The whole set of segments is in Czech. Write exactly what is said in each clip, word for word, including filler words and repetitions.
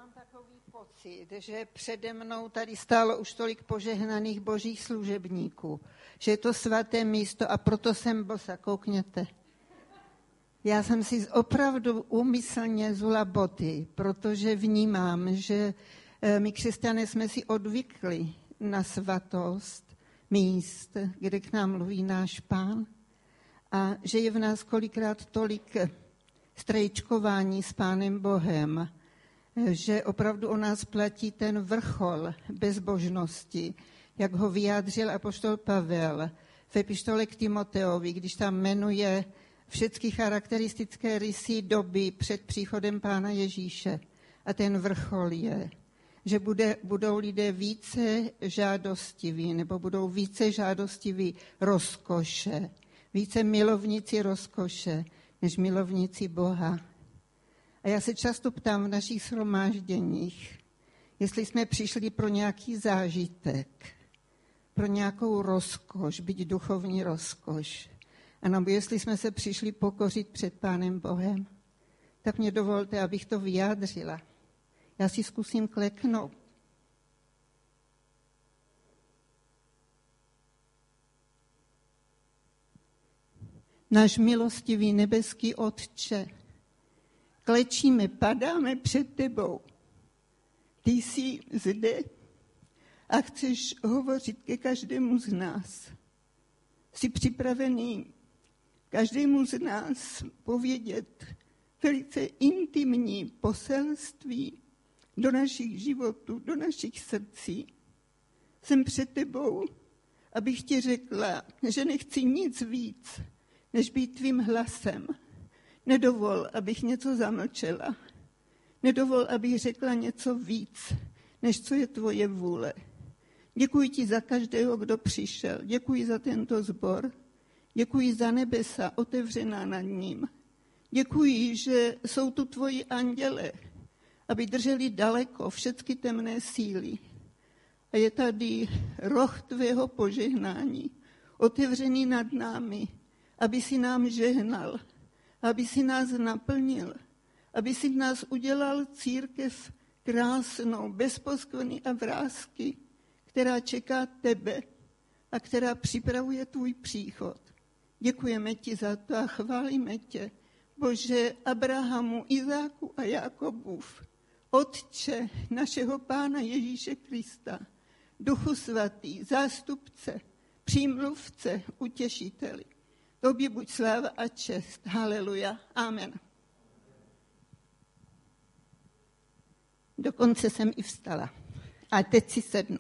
mám takový pocit, že přede mnou tady stálo už tolik požehnaných božích služebníků, že je to svaté místo a proto jsem bosa, koukněte. Já jsem si opravdu úmyslně zula boty, protože vnímám, že my křesťané jsme si odvykli na svatost míst, kde k nám mluví náš Pán a že je v nás kolikrát tolik strejčkování s Pánem Bohem, že opravdu o nás platí ten vrchol bezbožnosti, jak ho vyjádřil apoštol Pavel v epištole k Timoteovi, když tam jmenuje všechny charakteristické rysy doby před příchodem Pána Ježíše. A ten vrchol je, že bude, budou lidé více žádostiví, nebo budou více žádostiví rozkoše, více milovníci rozkoše, než milovníci Boha. A já se často ptám v našich shromážděních, jestli jsme přišli pro nějaký zážitek, pro nějakou rozkoš, byť duchovní rozkoš, anebo jestli jsme se přišli pokořit před Pánem Bohem, tak mě dovolte, abych to vyjádřila. Já si zkusím kleknout. Náš milostivý nebeský Otče, klečíme, padáme před tebou. Ty jsi zde a chceš hovořit ke každému z nás. Jsi připravený každému z nás povědět velice intimní poselství do našich životů, do našich srdcí. Jsem před tebou, abych ti řekla, že nechci nic víc, než být tvým hlasem. Nedovol, abych něco zamlčela. Nedovol, abych řekla něco víc, než co je tvoje vůle. Děkuji ti za každého, kdo přišel. Děkuji za tento sbor. Děkuji za nebesa otevřená nad ním. Děkuji, že jsou tu tvoji anděle, aby drželi daleko všechny temné síly. A je tady roh tvého požehnání, otevřený nad námi, aby si nám žehnal, aby si nás naplnil, aby si nás udělal církev krásnou, bez poskvrny a vrásky, která čeká tebe a která připravuje tvůj příchod. Děkujeme ti za to a chválíme tě, Bože Abrahamu, Izáku a Jakobův, Otče našeho Pána Ježíše Krista, Duchu svatý, zástupce, přímluvce, utěšiteli. Tobě buď sláva a čest. Haleluja. Amen. Dokonce jsem i vstala. A teď si sednu.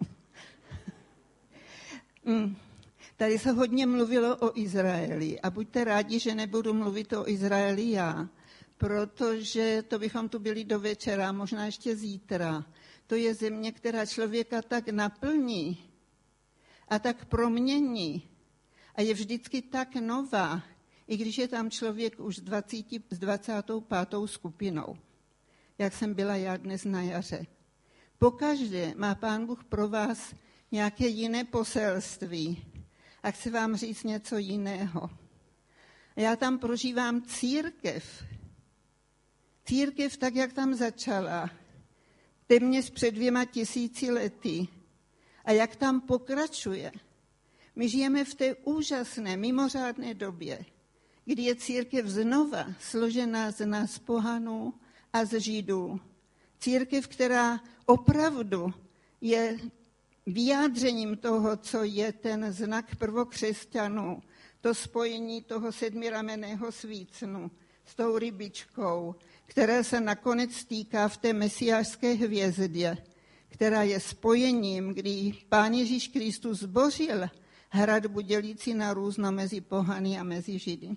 Tady se hodně mluvilo o Izraeli a buďte rádi, že nebudu mluvit o Izraeli já, protože to bychom tu byli do večera, možná ještě zítra. To je země, která člověka tak naplní a tak promění a je vždycky tak nová, i když je tam člověk už s dvacátou pátou skupinou, jak jsem byla já dnes na jaře. Pokaždé má Pán Bůh pro vás nějaké jiné poselství a chci vám říct něco jiného. Já tam prožívám církev. Církev tak, jak tam začala, téměř před dvěma tisíci lety. A jak tam pokračuje. My žijeme v té úžasné, mimořádné době, kdy je církev znova složená z nás pohanů a z Židů. Církev, která opravdu je vyjádřením toho, co je ten znak prvokřesťanů, to spojení toho sedmiramenného svícnu s tou rybičkou, která se nakonec stýká v té mesiášské hvězdě, která je spojením, kdy Pán Ježíš Kristus zbořil hradbu dělící na různo mezi pohany a mezi Židy.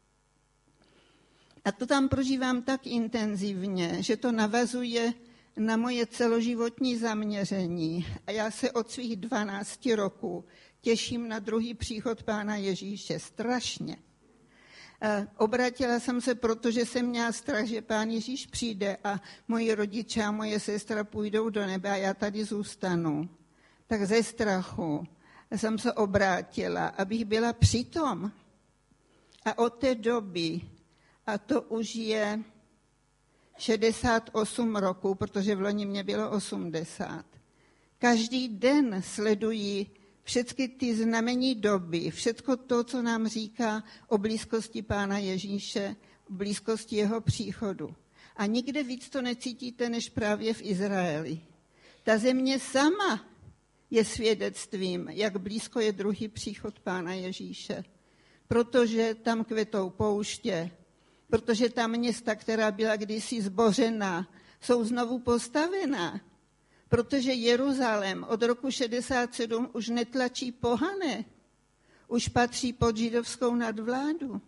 A to tam prožívám tak intenzivně, že to navazuje na moje celoživotní zaměření. A já se od svých dvanácti roků těším na druhý příchod Pána Ježíše. Strašně. Obratila jsem se, protože jsem měla strach, že Pán Ježíš přijde a moji rodiče a moje sestra půjdou do nebe a já tady zůstanu. Tak ze strachu jsem se obrátila, abych byla přitom. A od té doby, a to už je šedesát osm roků, protože v loni mě bylo osmdesát. Každý den sledují všechny ty znamení doby, všechno to, co nám říká o blízkosti Pána Ježíše, o blízkosti jeho příchodu. A nikde víc to necítíte, než právě v Izraeli. Ta země sama je svědectvím, jak blízko je druhý příchod Pána Ježíše. Protože tam kvetou pouště, protože tam města, která byla kdysi zbořená, jsou znovu postavená. Protože Jeruzalém od roku šedesát sedm už netlačí pohané, už patří pod židovskou nadvládu.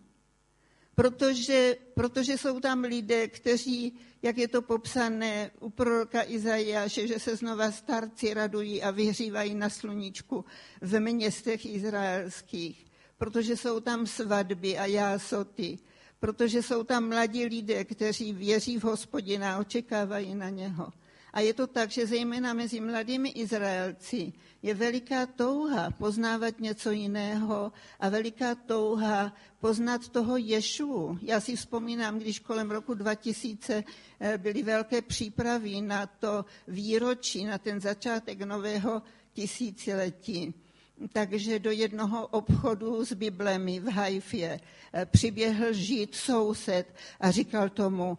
Protože, protože jsou tam lidé, kteří, jak je to popsané u proroka Izajáše, že se znova starci radují a vyhřívají na sluníčku v městech izraelských. Protože jsou tam svatby a jásoty. Protože jsou tam mladí lidé, kteří věří v Hospodina a očekávají na něho. A je to tak, že zejména mezi mladými Izraelci je veliká touha poznávat něco jiného a veliká touha poznat toho Ješuu. Já si vzpomínám, když kolem roku dva tisíce byly velké přípravy na to výročí, na ten začátek nového tisíciletí. Takže do jednoho obchodu s Biblemi v Haifě přiběhl Žid, soused a říkal tomu,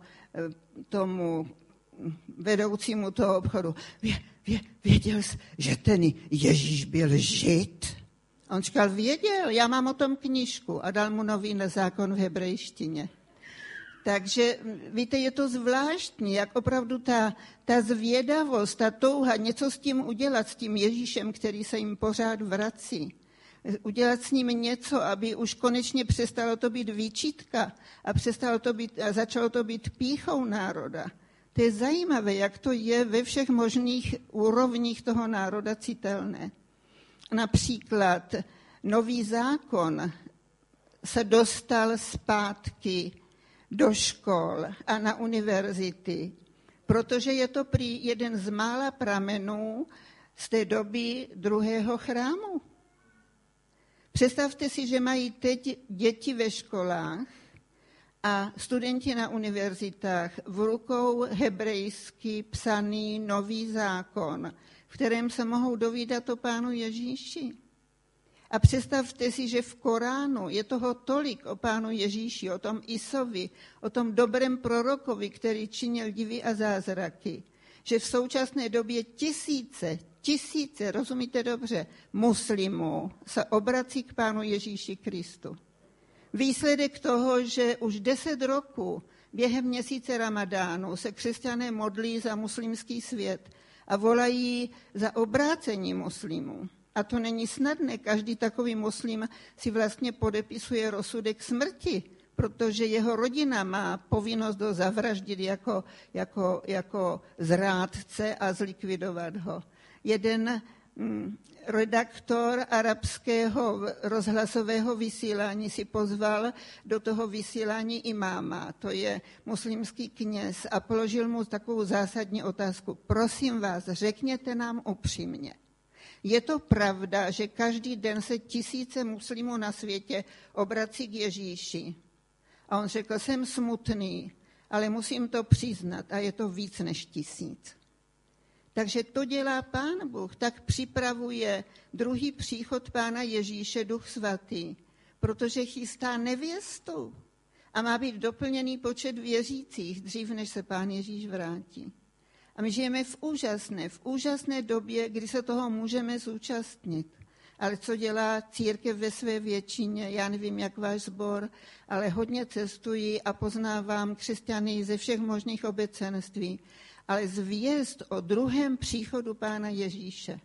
tomu vedoucímu toho obchodu, vě, vě, věděl jsi, že ten Ježíš byl Žid? On říkal, věděl, já mám o tom knížku a dal mu nový zákon v hebrejštině. Takže víte, je to zvláštní, jak opravdu ta, ta zvědavost, ta touha něco s tím udělat, s tím Ježíšem, který se jim pořád vrací. Udělat s ním něco, aby už konečně přestalo to být výčitka a, přestalo to být, a začalo to být pýchou národa. To je zajímavé, jak to je ve všech možných úrovních toho národa citelné. Například nový zákon se dostal zpátky do škol a na univerzity, protože je to prý jeden z mála pramenů z té doby druhého chrámu. Představte si, že mají teď děti ve školách a studenti na univerzitách v rukou hebrejsky psaný nový zákon, v kterém se mohou dovídat o Pánu Ježíši. A představte si, že v Koránu je toho tolik o Pánu Ježíši, o tom Isovi, o tom dobrém prorokovi, který činil divy a zázraky, že v současné době tisíce, tisíce, rozumíte dobře, muslimů se obrací k Pánu Ježíši Kristu. Výsledek toho, že už deset roků během měsíce Ramadánu se křesťané modlí za muslimský svět a volají za obrácení muslimů. A to není snadné. Každý takový muslim si vlastně podepisuje rozsudek smrti, protože jeho rodina má povinnost ho zavraždit jako, jako, jako zrádce a zlikvidovat ho. Jeden mm, redaktor arabského rozhlasového vysílání si pozval do toho vysílání imáma, to je muslimský kněz, a položil mu takovou zásadní otázku. Prosím vás, řekněte nám upřímně. Je to pravda, že každý den se tisíce muslimů na světě obrací k Ježíši? A on řekl, jsem smutný, ale musím to přiznat a je to víc než tisíc. Takže to dělá Pán Bůh, tak připravuje druhý příchod Pána Ježíše, Duch Svatý, protože chystá nevěstu a má být doplněný počet věřících dřív, než se Pán Ježíš vrátí. A my žijeme v úžasné, v úžasné době, kdy se toho můžeme zúčastnit. Ale co dělá církev ve své většině, já nevím, jak váš sbor, ale hodně cestuji a poznávám křesťany ze všech možných obecenství. Ale zvěst o druhém příchodu Pána Ježíše,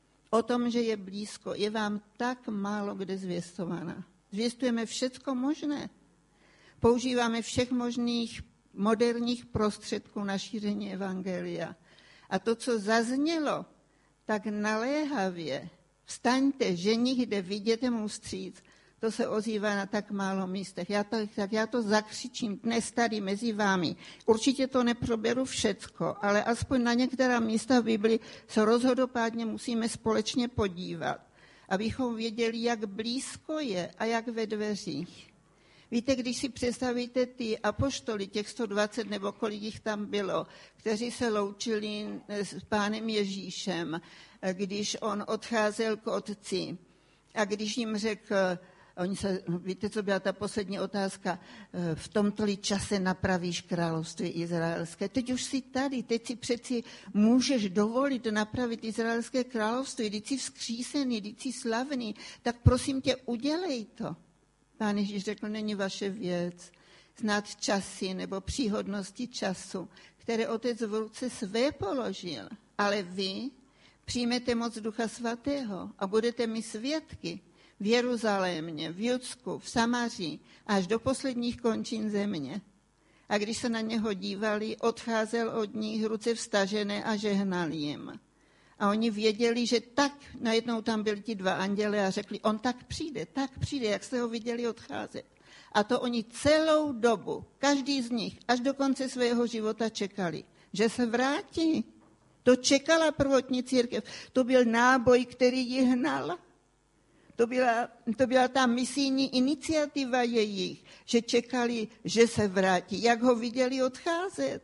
o tom, že je blízko, je vám tak málo kde zvěstována. Zvěstujeme všecko možné. Používáme všech možných moderních prostředků na šíření evangelia. A to, co zaznělo, tak naléhavě, vstaňte, ženich jde, viděte mu vstříc, to se ozývá na tak málo místech. Já to, tak já to zakřičím dnes tady mezi vámi. Určitě to neproberu všecko, ale aspoň na některá místa v Bibli se rozhodopádně musíme společně podívat, abychom věděli, jak blízko je a jak ve dveřích. Víte, když si představíte ty apoštoly, těch sto dvacet nebo kolik jich tam bylo, kteří se loučili s Pánem Ježíšem, když on odcházel k otci a když jim řekl, oni se, víte, co byla ta poslední otázka, v tomto čase napravíš království izraelské. Teď už jsi tady, teď si přeci můžeš dovolit napravit izraelské království, teď jsi vzkřísený, teď jsi slavný, tak prosím tě, udělej to. Pán Ježíš řekl, není vaše věc znát časy nebo příhodnosti času, které otec v ruce své položil, ale vy přijmete moc Ducha Svatého a budete mi svědky v Jeruzalémě, v Judsku, v Samaří, až do posledních končin země. A když se na něho dívali, odcházel od nich ruce vstažené a žehnal jim. A oni věděli, že tak, najednou tam byli ti dva anděle a řekli, on tak přijde, tak přijde, jak jste ho viděli odcházet. A to oni celou dobu, každý z nich, až do konce svého života čekali, že se vrátí. To čekala prvotní církev. To byl náboj, který ji hnal. To byla, to byla ta misijní iniciativa jejich, že čekali, že se vrátí, jak ho viděli odcházet.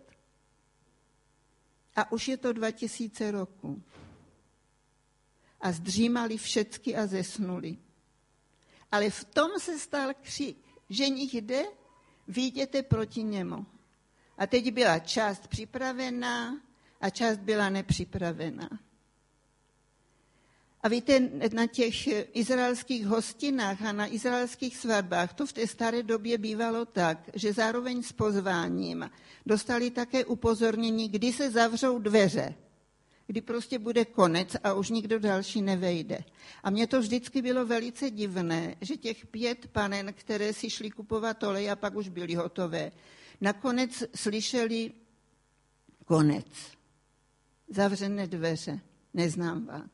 A už je to dva tisíce roků. A zdřímali všecky a zesnuli. Ale v tom se stal křik, že nich jde, vyjděte proti němu. A teď byla část připravená a část byla nepřipravená. A víte, na těch izraelských hostinách a na izraelských svatbách to v té staré době bývalo tak, že zároveň s pozváním dostali také upozornění, kdy se zavřou dveře, kdy prostě bude konec a už nikdo další nevejde. A mně to vždycky bylo velice divné, že těch pět panen, které si šli kupovat olej a pak už byly hotové, nakonec slyšeli konec. Zavřené dveře, neznám vás.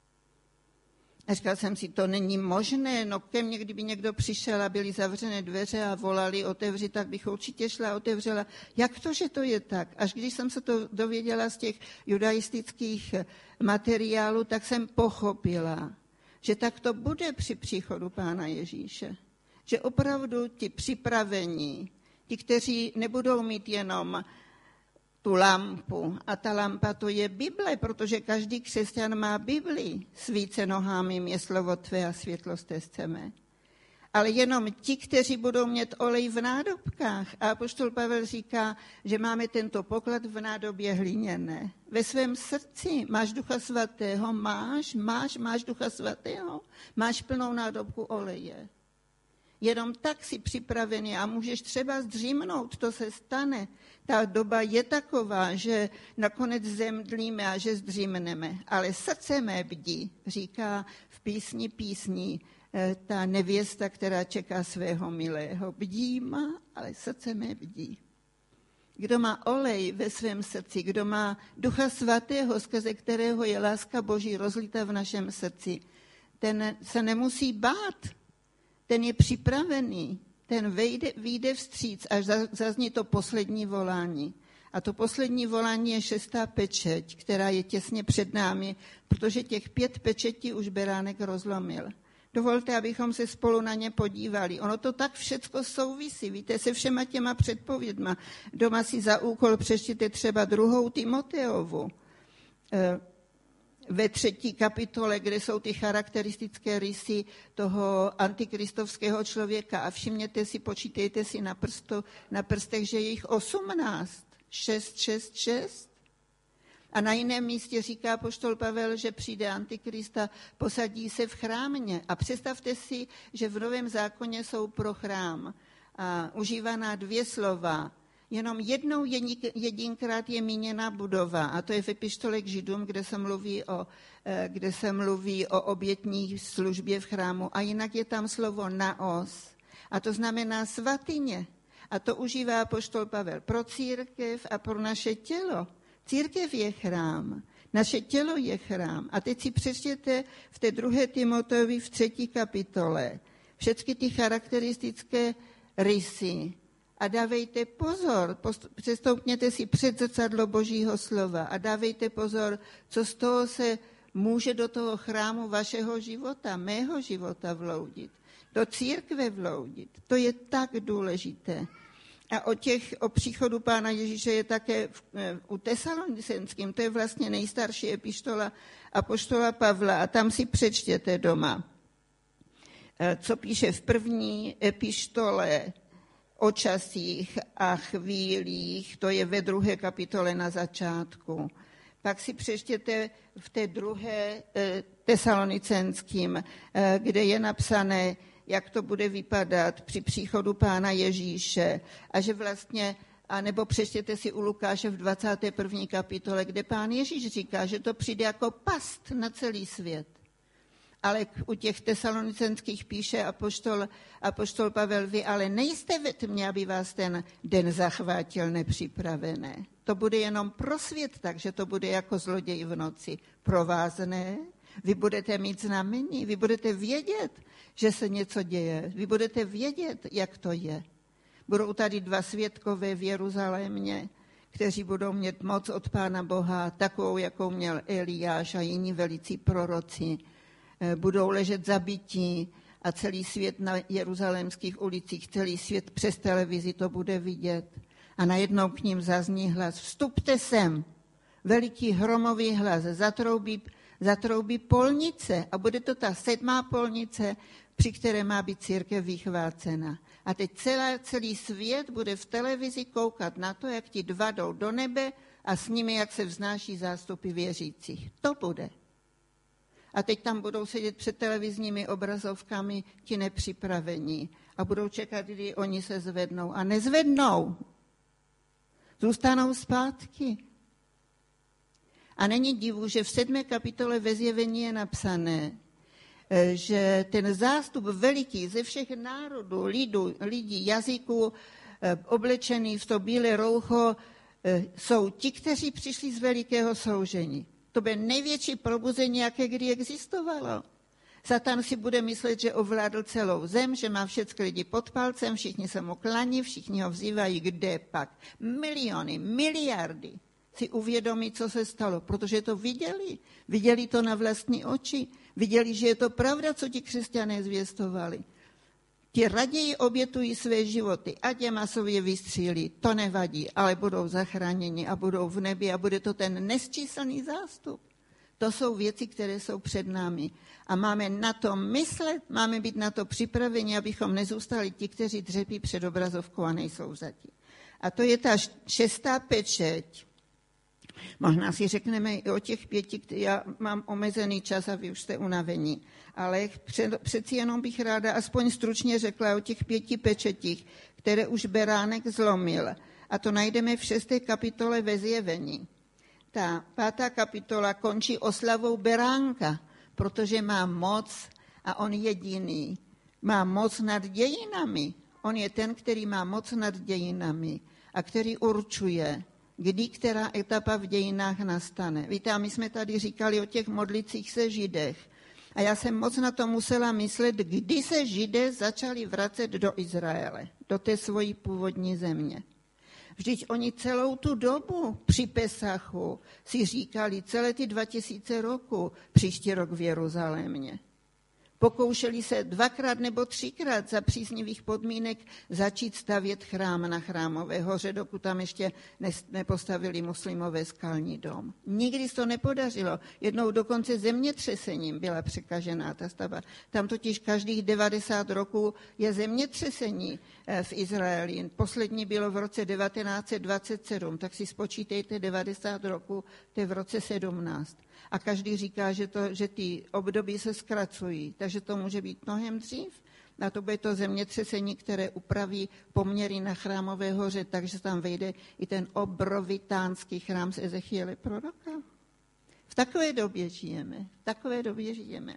A říkal jsem si, to není možné, no ke mně, kdyby někdo přišel a byly zavřené dveře a volali otevři, tak bych určitě šla a otevřela. Jak to, že to je tak? Až když jsem se to dověděla z těch judaistických materiálů, tak jsem pochopila, že tak to bude při příchodu Pána Ježíše. Že opravdu ti připravení, ti, kteří nebudou mít jenom tu lampu. A ta lampa to je Bible, protože každý křesťan má Bibli. Svíce nohami je slovo tvé a světlost té chceme. Ale jenom ti, kteří budou mít olej v nádobkách. A apoštol Pavel říká, že máme tento poklad v nádobě hliněné. Ve svém srdci máš Ducha Svatého, máš, máš, máš Ducha Svatého, máš plnou nádobku oleje. Jenom tak si připravený a můžeš třeba zdřímnout, to se stane. Ta doba je taková, že nakonec zemdlíme a že zdřímneme. Ale srdce mé bdí, říká v písni písní ta nevěsta, která čeká svého milého. Bdí má, ale srdce mé bdí. Kdo má olej ve svém srdci, kdo má Ducha Svatého, skrze kterého je láska Boží rozlita v našem srdci, ten se nemusí bát. Ten je připravený, ten vejde, vyjde vstříc, až zazní to poslední volání. A to poslední volání je šestá pečeť, která je těsně před námi, protože těch pět pečetí už beránek rozlomil. Dovolte, abychom se spolu na ně podívali. Ono to tak všecko souvisí, víte, se všema těma předpovědma. Doma si za úkol přečtěte třeba druhou Timoteovu, ve třetí kapitole, kde jsou ty charakteristické rysy toho antikristovského člověka. A všimněte si, počítejte si na, prstu, na prstech, že je jich osmnáct. Šest, šest, šest. A na jiném místě říká apoštol Pavel, že přijde antikrista, posadí se v chrámě. A představte si, že v Novém zákoně jsou pro chrám a užívaná dvě slova. Jenom jednou jedinkrát je míněna budova, a to je v epištole k Židům, kde se mluví o, kde se mluví o obětní službě v chrámu, a jinak je tam slovo naos, a to znamená svatyně. A to užívá apoštol Pavel pro církev a pro naše tělo. Církev je chrám, naše tělo je chrám. A teď si přečtěte v té druhé Timoteovi v třetí kapitole všechny ty charakteristické rysy. A dávejte pozor, přestoupněte si před zrcadlo Božího slova a dávejte pozor, co z toho se může do toho chrámu vašeho života, mého života vloudit. do církve vloudit. To je tak důležité. A o těch, o příchodu Pána Ježíše je také v, u Tesalonicenským, to je vlastně nejstarší epištola apoštola Pavla a tam si přečtěte doma, co píše v první epištole o časích a chvílích, to je ve druhé kapitole na začátku. Pak si přečtěte v té druhé Tesalonicenským, kde je napsané, jak to bude vypadat při příchodu Pána Ježíše. A že vlastně, anebo přečtěte si u Lukáše v dvacáté první kapitole, kde Pán Ježíš říká, že to přijde jako past na celý svět. Ale u těch tesalonicenských píše apoštol, apoštol Pavel, vy ale nejste ve tmě, aby vás ten den zachvátil nepřipravené. To bude jenom pro svět, takže to bude jako zloděj v noci. Pro vás ne. Vy budete mít znamení, vy budete vědět, že se něco děje. Vy budete vědět, jak to je. Budou tady dva svědkové v Jeruzalémě, kteří budou mít moc od Pána Boha, takovou, jakou měl Eliáš a jiní velicí proroci. Budou ležet zabití a celý svět na jeruzalémských ulicích, celý svět přes televizi to bude vidět. A najednou k ním zazní hlas, vstupte sem, veliký hromový hlas, zatroubí, zatroubí polnice a bude to ta sedmá polnice, při které má být církev vychvácena. A teď celá, celý svět bude v televizi koukat na to, jak ti dva jdou do nebe a s nimi, jak se vznáší zástupy věřících. To bude. A teď tam budou sedět před televizními obrazovkami ti nepřipravení a budou čekat, kdy oni se zvednou. A nezvednou. Zůstanou zpátky. A není divu, že v sedmé kapitole ve Zjevení je napsané, že ten zástup veliký ze všech národů, lidu, lidí, jazyků, oblečený v to bílé roucho, jsou ti, kteří přišli z velikého soužení. To bude největší probuzení, jaké kdy existovalo. Satan si bude myslet, že ovládl celou zem, že má všechny lidi pod palcem, všichni se mu klaní, všichni ho vzývají, kde pak. Miliony, miliardy si uvědomí, co se stalo, protože to viděli. Viděli to na vlastní oči. Viděli, že je to pravda, co ti křesťané zvěstovali. Ti raději obětují své životy, ať je masově vystřílí, to nevadí, ale budou zachráněni a budou v nebi a bude to ten nesčíslný zástup. To jsou věci, které jsou před námi. A máme na to myslet, máme být na to připraveni, abychom nezůstali ti, kteří dřepí před obrazovkou a nejsou vzati. A to je ta šestá pečeť. Možná si řekneme i o těch pěti, já mám omezený čas a vy už jste unavení, ale před, přeci jenom bych ráda aspoň stručně řekla o těch pěti pečetích, které už beránek zlomil. A to najdeme v šesté kapitole ve Zjevení. Ta pátá kapitola končí oslavou beránka, protože má moc a on jediný. Má moc nad dějinami. On je ten, který má moc nad dějinami a který určuje, kdy která etapa v dějinách nastane. Víte, my jsme tady říkali o těch modlicích se Židech. A já jsem moc na to musela myslet, kdy se Židé začali vracet do Izraele, do té svojí původní země. Vždyť oni celou tu dobu při Pesachu si říkali celé ty dva tisíce roku příští rok v Jeruzalémě. Pokoušeli se dvakrát nebo třikrát za příznivých podmínek začít stavět chrám na Chrámové hoře, dokud tam ještě nepostavili muslimové skalní dom. Nikdy se to nepodařilo. Jednou dokonce zemětřesením byla překažená ta stavba. Tam totiž každých devadesát roků je zemětřesení v Izraeli. Poslední bylo v roce devatenáct set dvacet sedm, tak si spočítejte devadesát roků, to je v roce sedmnáct. A každý říká, že, to, že ty období se zkracují, takže to může být mnohem dřív. A to bude to zemětřesení, které upraví poměry na Chrámové hoře, takže tam vejde i ten obrovitánský chrám z Ezechiele proroka. V takové době žijeme. V takové době žijeme.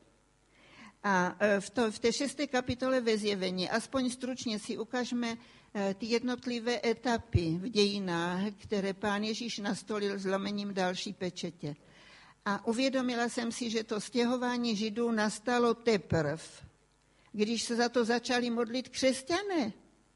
A v, to, v té šesté kapitole ve Zjevení, aspoň stručně si ukažme ty jednotlivé etapy v dějinách, které Pán Ježíš nastolil zlomením další pečetě. A uvědomila jsem si, že to stěhování Židů nastalo teprve, když se za to začali modlit křesťané.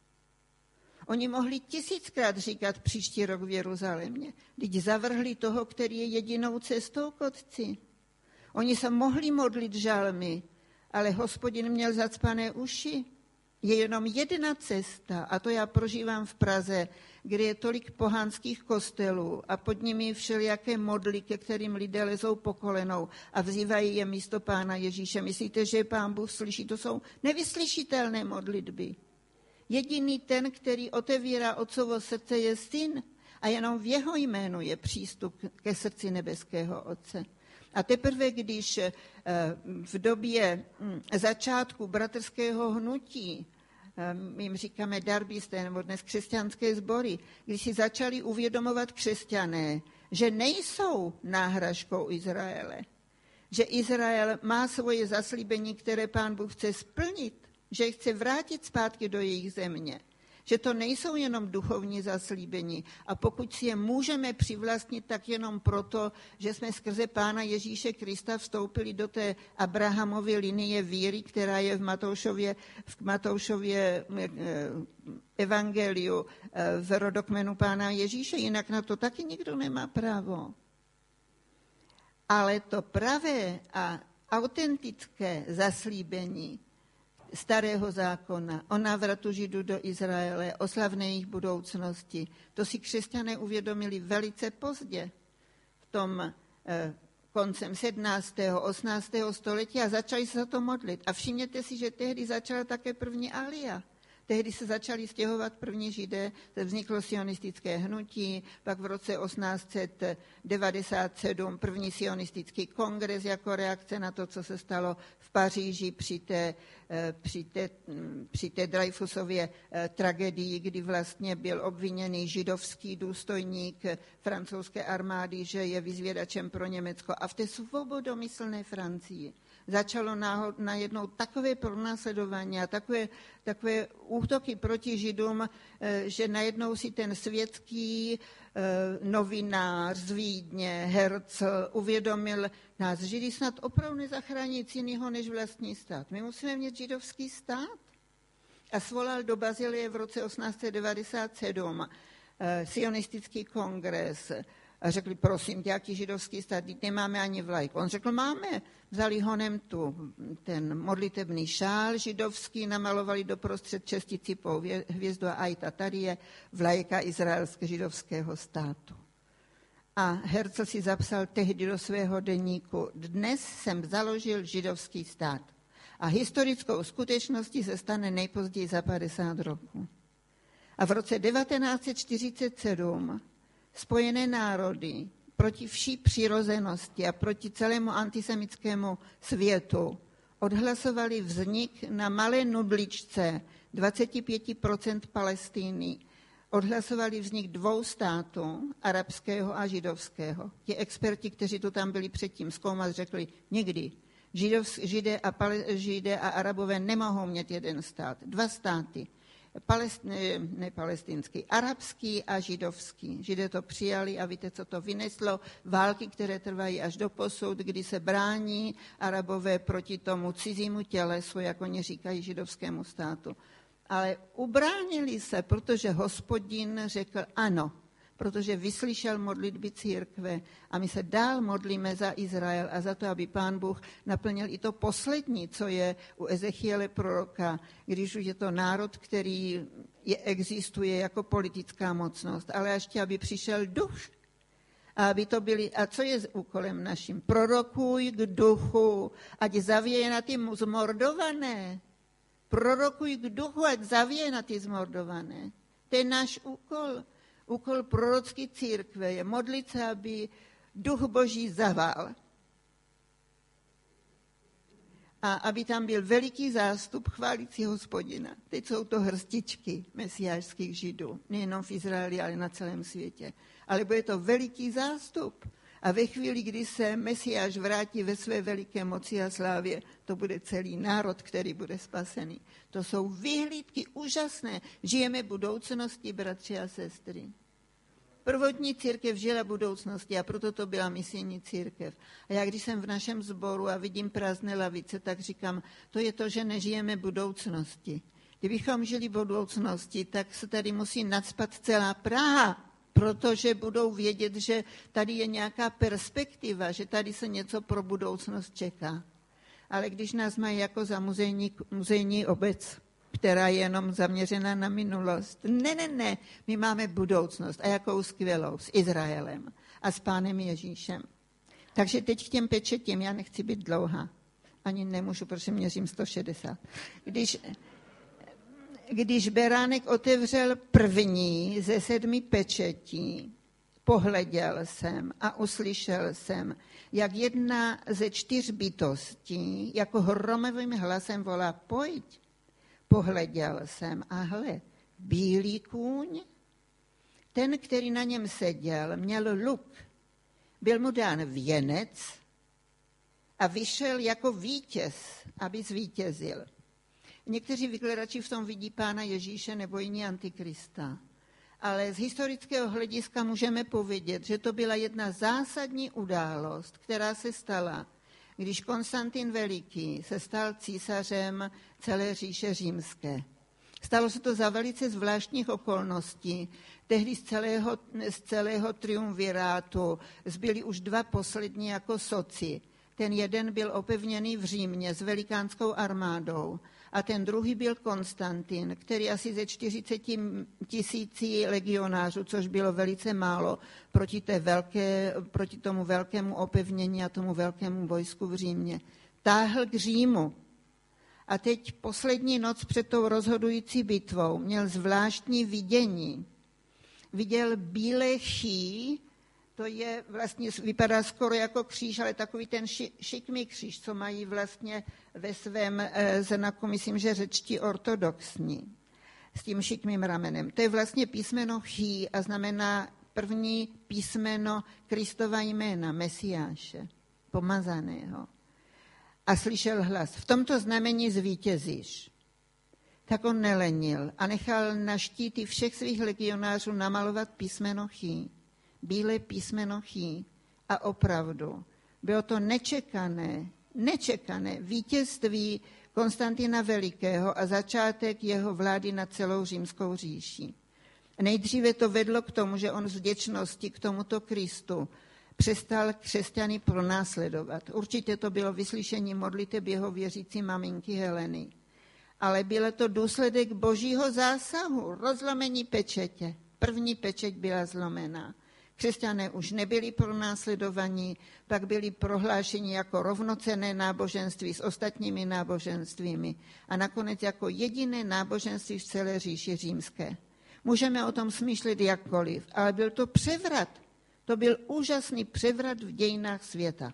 Oni mohli tisíckrát říkat příští rok v Jeruzalémě, když zavrhli toho, který je jedinou cestou k Otci. Oni se mohli modlit žalmy ale Hospodin měl zacpané uši. Je jenom jedna cesta, a to já prožívám v Praze, kde je tolik pohanských kostelů a pod nimi všelijaké modly, ke kterým lidé lezou po kolenou a vzývají je místo Pána Ježíše. Myslíte, že Pán Bůh slyší? To jsou nevyslyšitelné modlitby. Jediný ten, který otevírá Otcovo srdce, je Syn a jenom v jeho jménu je přístup ke srdci nebeského Otce. A teprve, když v době začátku bratrského hnutí, my jim říkáme darbisté, nebo dnes křesťanské sbory, když si začali uvědomovat křesťané, že nejsou náhražkou Izraele, že Izrael má svoje zaslíbení, které Pán Bůh chce splnit, že chce vrátit zpátky do jejich země, že to nejsou jenom duchovní zaslíbení a pokud si je můžeme přivlastnit, tak jenom proto, že jsme skrze Pána Ježíše Krista vstoupili do té Abrahamovy linie víry, která je v Matoušově, v Matoušově evangeliu v rodokmenu Pána Ježíše, jinak na to taky nikdo nemá právo. Ale to pravé a autentické zaslíbení starého zákona, o návratu Židů do Izraele, o slavné jejich budoucnosti. To si křesťané uvědomili velice pozdě, v tom eh, koncem sedmnáctého osmnáctého století a začali se za to modlit. A všimněte si, že tehdy začala také první Alia. Tehdy se začali stěhovat první Židé, vzniklo sionistické hnutí, pak v roce osmnáct set devadesát sedm první sionistický kongres jako reakce na to, co se stalo v Paříži při té, při té, při té Dreyfusově tragédii, kdy vlastně byl obviněný židovský důstojník francouzské armády, že je vyzvědačem pro Německo. A v té svobodomyslné Francii začalo najednou takové pronásledování a takové, takové útoky proti Židům, že najednou si ten světský novinář z Vídně, Herzl, uvědomil, nás Židy snad opravdu nezachrání nic jiného než vlastní stát. My musíme mít židovský stát. A svolal do Bazilie v roce osmnáct set devadesát sedm sionistický kongres. A řekli, prosím tě, jaký židovský stát, nemáme ani vlajku. On řekl, máme. Vzali honem tu, ten modlitebný šál židovský, namalovali doprostřed česticipou hvězdu a ajta. Tady je vlajka izraelského židovského státu. A Herzl si zapsal tehdy do svého deníku, dnes jsem založil židovský stát. A historickou skutečností se stane nejpozději za padesát roků. A v roce devatenáct set čtyřicet sedm Spojené národy proti vší přirozenosti a proti celému antisemitskému světu odhlasovali vznik na malé nudličce dvacet pět procent Palestiny. Odhlasovali vznik dvou států, arabského a židovského. Ti experti, kteří tu tam byli předtím zkoumat, řekli, nikdy Židov, židé, a pale, židé a Arabové nemohou mít jeden stát. Dva státy. Palest, ne, ne palestinský, arabský a židovský. Židé to přijali a víte, co to vyneslo? Války, které trvají až do posud, kdy se brání Arabové proti tomu cizímu tělesu, jak oni říkají, židovskému státu. Ale ubránili se, protože Hospodin řekl ano, protože vyslyšel modlitby církve a my se dál modlíme za Izrael a za to, aby Pán Bůh naplnil i to poslední, co je u Ezechiele proroka, když už je to národ, který je, existuje jako politická mocnost, ale ještě, aby přišel duch. A, aby to byli, a co je úkolem naším? Prorokuj k duchu, ať zavěje na ty zmordované. Prorokuj k duchu, ať zavěje na ty zmordované. To je náš úkol. Úkol prorocké církve je modlit se, aby duch Boží zavál. A aby tam byl veliký zástup chválící Hospodina. Teď jsou to hrstičky mesiášských Židů, nejenom v Izraeli, ale na celém světě. Ale bude to veliký zástup. A ve chvíli, kdy se Mesiáš vrátí ve své veliké moci a slávě, to bude celý národ, který bude spasený. To jsou vyhlídky úžasné. Žijeme budoucnosti, bratři a sestry. Prvotní církev žila budoucnosti a proto to byla misijní církev. A já, když jsem v našem sboru a vidím prázdné lavice, tak říkám, to je to, že nežijeme budoucnosti. Kdybychom žili budoucnosti, tak se tady musí nacpat celá Praha, protože budou vědět, že tady je nějaká perspektiva, že tady se něco pro budoucnost čeká. Ale když nás mají jako za muzejní, muzejní obec, která je jenom zaměřená na minulost. Ne, ne, ne, my máme budoucnost a jakou skvělou s Izraelem a s Pánem Ježíšem. Takže teď k těm pečetím, já nechci být dlouhá, ani nemůžu, protože měřím sto šedesát. Když, když Beránek otevřel první ze sedmi pečetí, pohleděl jsem a uslyšel jsem, jak jedna ze čtyř bytostí jako hromovým hlasem volá, pojď. Pohleděl jsem a hle, bílý kůň, ten, který na něm seděl, měl luk. Byl mu dán věnec a vyšel jako vítěz, aby zvítězil. Někteří vykladači v tom vidí Pána Ježíše nebo jiní Antikrista. Ale z historického hlediska můžeme povědět, že to byla jedna zásadní událost, která se stala, když Konstantin Veliký se stal císařem celé říše římské. Stalo se to za velice zvláštních okolností. Tehdy z celého, z celého triumvirátu zbyli už dva poslední jako soci. Ten jeden byl opevněný v Římě s velikánskou armádou a ten druhý byl Konstantin, který asi ze čtyřicet tisící legionářů, což bylo velice málo proti, té velké, proti tomu velkému opevnění a tomu velkému vojsku v Římě, táhl k Římu. A teď poslední noc před tou rozhodující bitvou měl zvláštní vidění. Viděl bílé chý, to je vlastně, vypadá skoro jako kříž, ale takový ten ši, šikmý kříž, co mají vlastně ve svém e, znaku, myslím, že řečtí ortodoxní, s tím šikmým ramenem. To je vlastně písmeno chý a znamená první písmeno Kristova jména, Mesiáše, pomazaného. A slyšel hlas, v tomto znamení zvítězíš. Tak on nelenil a nechal na štíty všech svých legionářů namalovat písmeno chý. Bílé písmeno chý. A opravdu bylo to nečekané, nečekané vítězství Konstantina Velikého a začátek jeho vlády nad celou římskou říši. Nejdříve to vedlo k tomu, že on z vděčnosti k tomuto Kristu přestal křesťany pronásledovat. Určitě to bylo vyslyšení modliteb jeho věřící maminky Heleny. Ale bylo to důsledek božího zásahu, rozlomení pečetě. První pečeť byla zlomená. Křesťané už nebyli pronásledovaní, pak byli prohlášeni jako rovnocenné náboženství s ostatními náboženstvími a nakonec jako jediné náboženství v celé říši římské. Můžeme o tom smýšlet jakkoliv, ale byl to převrat. To byl úžasný převrat v dějinách světa.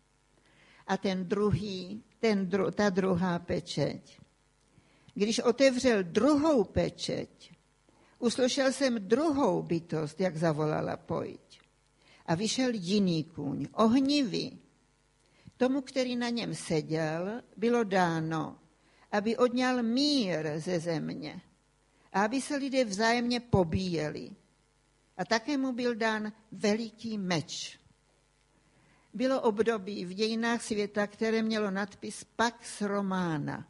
A ten druhý, ten dru, ta druhá pečeť. Když otevřel druhou pečeť, uslyšel jsem druhou bytost, jak zavolala pojď. A vyšel jiný kůň, ohnivý. Tomu, který na něm seděl, bylo dáno, aby odňal mír ze země a aby se lidé vzájemně pobíjeli. A také mu byl dán veliký meč. Bylo období v dějinách světa, které mělo nadpis Pax Romana.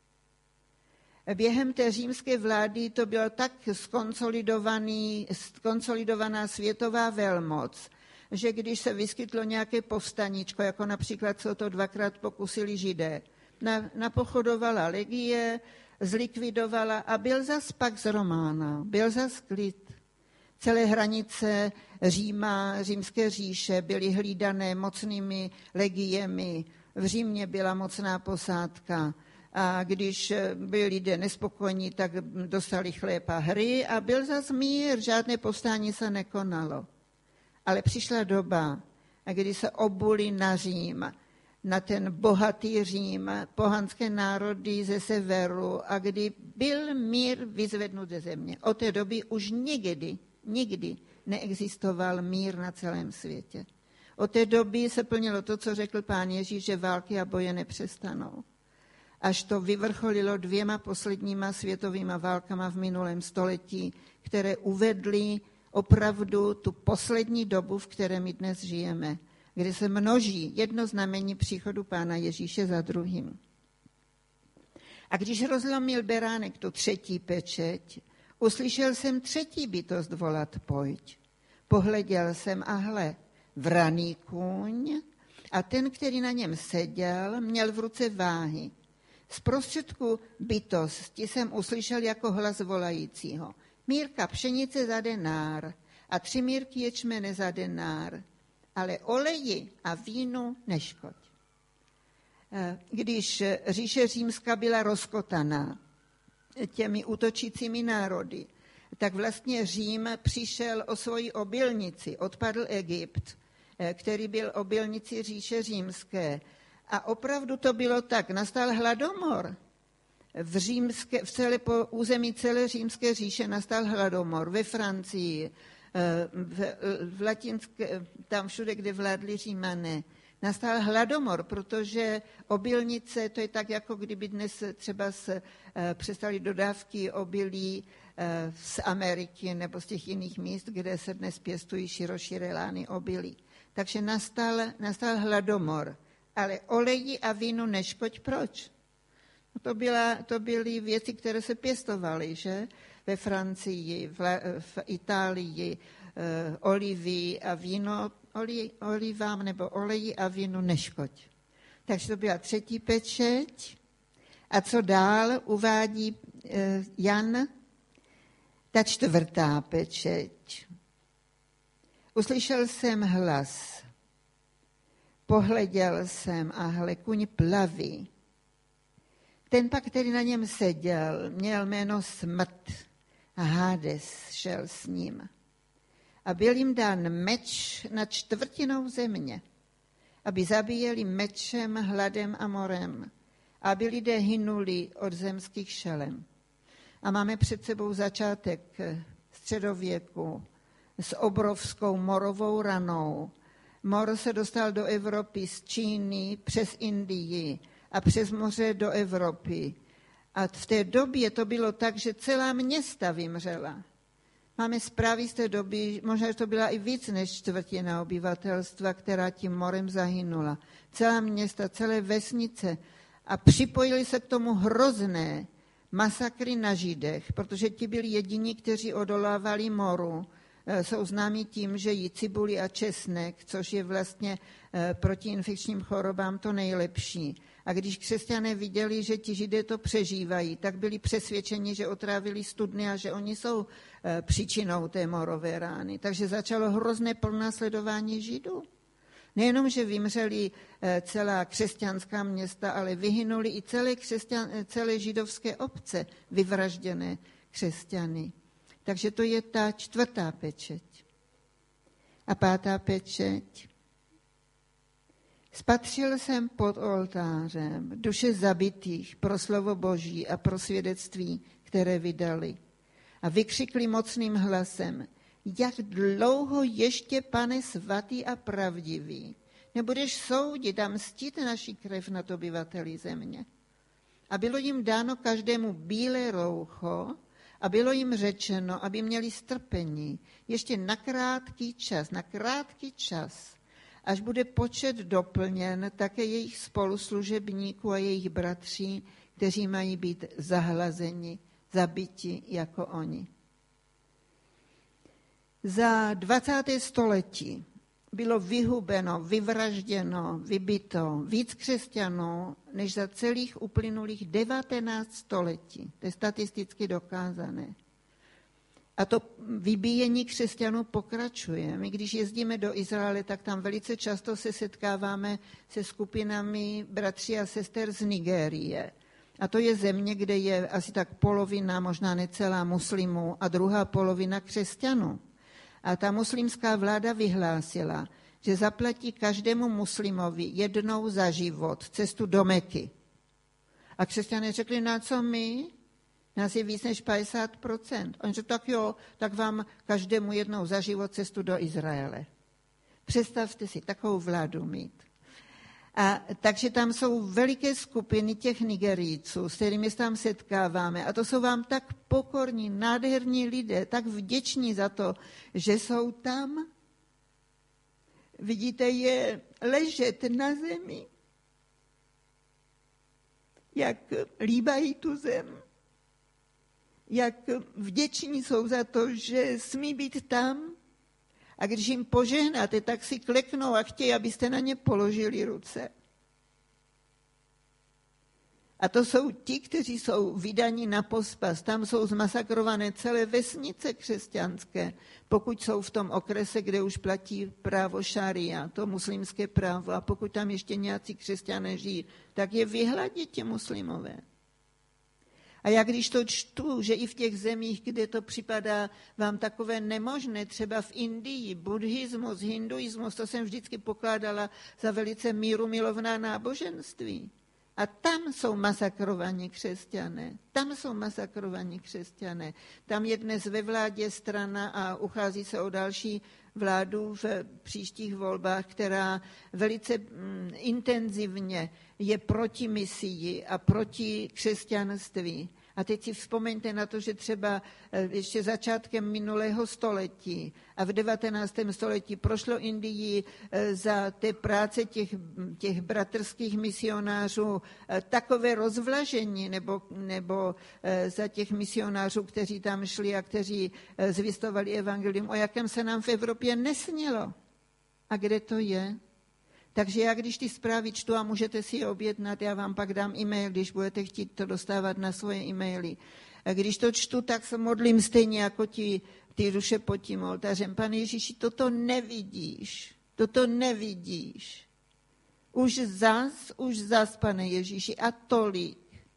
Během té římské vlády to bylo tak skonsolidovaný, skonsolidovaná světová velmoc, že když se vyskytlo nějaké povstaníčko, jako například co to dvakrát pokusili Židé, napochodovala legie, zlikvidovala a byl zas Pax Romana, byl zas klid. Celé hranice Říma, římské říše byly hlídané mocnými legiemi. V Římě byla mocná posádka. A když byli lidé nespokojní, tak dostali chléb a hry a byl zas mír, žádné povstání se nekonalo. Ale přišla doba, kdy se obuli na Řím, na ten bohatý Řím, pohanské národy ze severu a kdy byl mír vyzvednut ze země. Od té doby už nikdy, nikdy neexistoval mír na celém světě. Od té doby se plnilo to, co řekl Pán Ježíš, že války a boje nepřestanou. Až to vyvrcholilo dvěma posledníma světovýma válkama v minulém století, které uvedly opravdu tu poslední dobu, v které my dnes žijeme, kde se množí jedno znamení příchodu Pána Ježíše za druhým. A když rozlomil beránek tu třetí pečeť, uslyšel jsem třetí bytost volat pojď. Pohleděl jsem a hle, vraný kůň, A ten, který na něm seděl, měl v ruce váhy. Z prostředku bytosti jsem uslyšel jako hlas volajícího. Mírka pšenice za denár a tři mírky ječmene za denár, ale oleji a vínu neškoď. Když říše římská byla rozkotaná těmi útočícími národy, tak vlastně Řím přišel o svoji obilnici, odpadl Egypt, který byl obilnici říše římské. A opravdu to bylo tak, nastal hladomor. V, římské, v celé, po území celé římské říše nastal hladomor. Ve Francii, v, v latinské, tam všude, kde vládli Římané, nastal hladomor, protože obilnice, to je tak, jako kdyby dnes třeba se, e, přestali dodávky obilí e, z Ameriky nebo z těch jiných míst, kde se dnes pěstují široširé lány obilí. Takže nastal, nastal hladomor. Ale oleji a vínu neškoď. Proč? No to, byla, to byly věci, které se pěstovaly, že? Ve Francii, v, v Itálii, eh, olivy a víno, oli, olivám nebo oleji a vínu neškoď. Takže to byla třetí pečeť. A co dál uvádí eh, Jan? Ta čtvrtá pečeť. Uslyšel jsem hlas. Pohleděl jsem a hle, kuň plavý. Ten pak, který na něm seděl, měl jméno Smrt a Hades šel s ním. A byl jim dán meč nad čtvrtinou země, aby zabíjeli mečem, hladem a morem, aby lidé hynuli od zemských šelem. A máme před sebou začátek středověku s obrovskou morovou ranou. Mor se dostal do Evropy z Číny přes Indii a přes moře do Evropy. A v té době to bylo tak, že celá města vymřela. Máme zprávy z té doby, možná, že to byla i víc než čtvrtina obyvatelstva, která tím morem zahynula. Celá města, celé vesnice. A připojili se k tomu hrozné masakry na Židech, protože ti byli jediní, kteří odolávali moru. Jsou známí tím, že jí cibuli a česnek, což je vlastně proti infekčním chorobám to nejlepší. A když křesťané viděli, že ti Židé to přežívají, tak byli přesvědčeni, že otrávili studny a že oni jsou příčinou té morové rány. Takže začalo hrozné pronásledování Židů. Nejenom, že vymřeli celá křesťanská města, ale vyhynuli i celé, křesťan, celé židovské obce vyvražděné křesťany. Takže to je ta čtvrtá pečeť. A pátá pečeť. Spatřil jsem pod oltářem duše zabitých pro slovo Boží a pro svědectví, které vydali. A vykřikli mocným hlasem, jak dlouho ještě, Pane svatý a pravdivý, nebudeš soudit a mstit naši krev nad obyvateli země. A bylo jim dáno každému bílé roucho, a bylo jim řečeno, aby měli strpení ještě na krátký čas, na krátký čas, až bude počet doplněn také jejich spoluslužebníků a jejich bratří, kteří mají být zahlazeni, zabiti jako oni. Za dvacáté století bylo vyhubeno, vyvražděno, vybito víc křesťanů, než za celých uplynulých devatenáct století. To je statisticky dokázané. A to vybíjení křesťanů pokračuje. My, když jezdíme do Izraele, tak tam velice často se setkáváme se skupinami bratří a sester z Nigérie. A to je země, kde je asi tak polovina, možná necelá muslimů a druhá polovina křesťanů. A ta muslimská vláda vyhlásila, že zaplatí každému muslimovi jednou za život cestu do Meky. A křesťané řekli, na co my? Nás je víc než padesát procent. Oni řekli, tak jo, tak vám každému jednou za život cestu do Izraele. Představte si takovou vládu mít. A takže tam jsou veliké skupiny těch Nigerijců, s kterými se tam setkáváme. A to jsou vám tak pokorní, nádherní lidé, tak vděční za to, že jsou tam. Vidíte je ležet na zemi, jak líbají tu zem, jak vděční jsou za to, že smí být tam A když jim požehnáte, tak si kleknou a chtějí, abyste na ně položili ruce. A to jsou ti, kteří jsou vydaní na pospas. Tam jsou zmasakrované celé vesnice křesťanské, pokud jsou v tom okrese, kde už platí právo šaria, to muslimské právo. A pokud tam ještě nějací křesťané žijí, tak je vyhladí ti muslimové. A já když to čtu, že i v těch zemích, kde to připadá vám takové nemožné, třeba v Indii, buddhismus, hinduismus, to jsem vždycky pokládala za velice mírumilovná náboženství. A tam jsou masakrovaní křesťané. Tam jsou masakrovaní křesťané. Tam je dnes ve vládě strana a uchází se o další vládu v příštích volbách, která velice mm, intenzivně je proti misii a proti křesťanství. A teď si vzpomeňte na to, že třeba ještě začátkem minulého století a v devatenáctém století prošlo Indii za té práce těch, těch bratrských misionářů takové rozvlažení, nebo, nebo za těch misionářů, kteří tam šli a kteří zvěstovali evangelium, o jakém se nám v Evropě nesnilo. A kde to je? Takže já, když ty zprávy čtu a můžete si je objednat, já vám pak dám e-mail, když budete chtít to dostávat na svoje e-maily. A když to čtu, tak se modlím stejně jako ti, ty duše pod tím oltářem. Pane Ježíši, toto nevidíš, toto nevidíš. Už zas, už zas, Pane Ježíši, a tolik.